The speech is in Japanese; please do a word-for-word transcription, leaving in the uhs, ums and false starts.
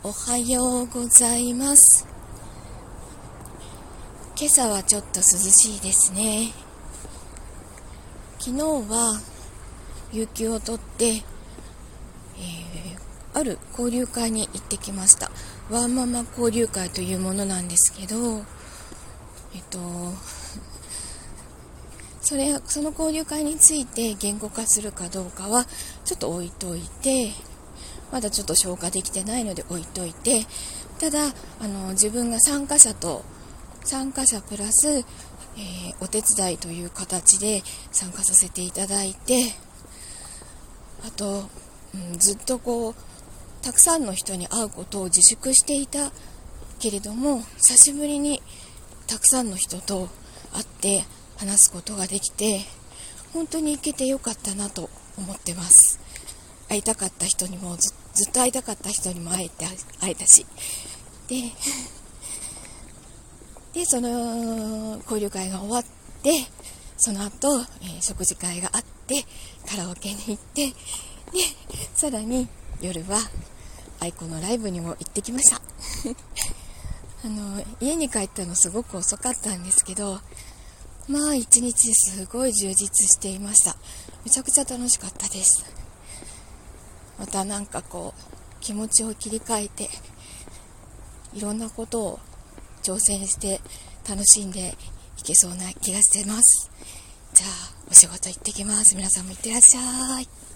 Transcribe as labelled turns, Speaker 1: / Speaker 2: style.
Speaker 1: おはようございます。今朝はちょっと涼しいですね。昨日は有給を取って、えー、ある交流会に行ってきました。ワンママ交流会というものなんですけど、えっとそれその交流会について言語化するかどうかはちょっと置いといて、まだちょっと消化できてないので置いといて、ただあの自分が参加者と参加者プラス、えー、お手伝いという形で参加させていただいて、あと、うん、ずっとこうたくさんの人に会うことを自粛していたけれども、久しぶりにたくさんの人と会って話すことができて、本当に行けてよかったなと思ってます。会いたかった人にも ず, ずっと会いたかった人にも会えて会えたし、ででその交流会が終わって、その後、えー、食事会があってカラオケに行って、でさらに夜は愛子のライブにも行ってきましたあの家に帰ったのすごく遅かったんですけど、まあ一日すごい充実していました。めちゃくちゃ楽しかったです。またなんかこう気持ちを切り替えていろんなことを挑戦して楽しんでいけそうな気がしてます。じゃあお仕事行ってきます。皆さんも行ってらっしゃい。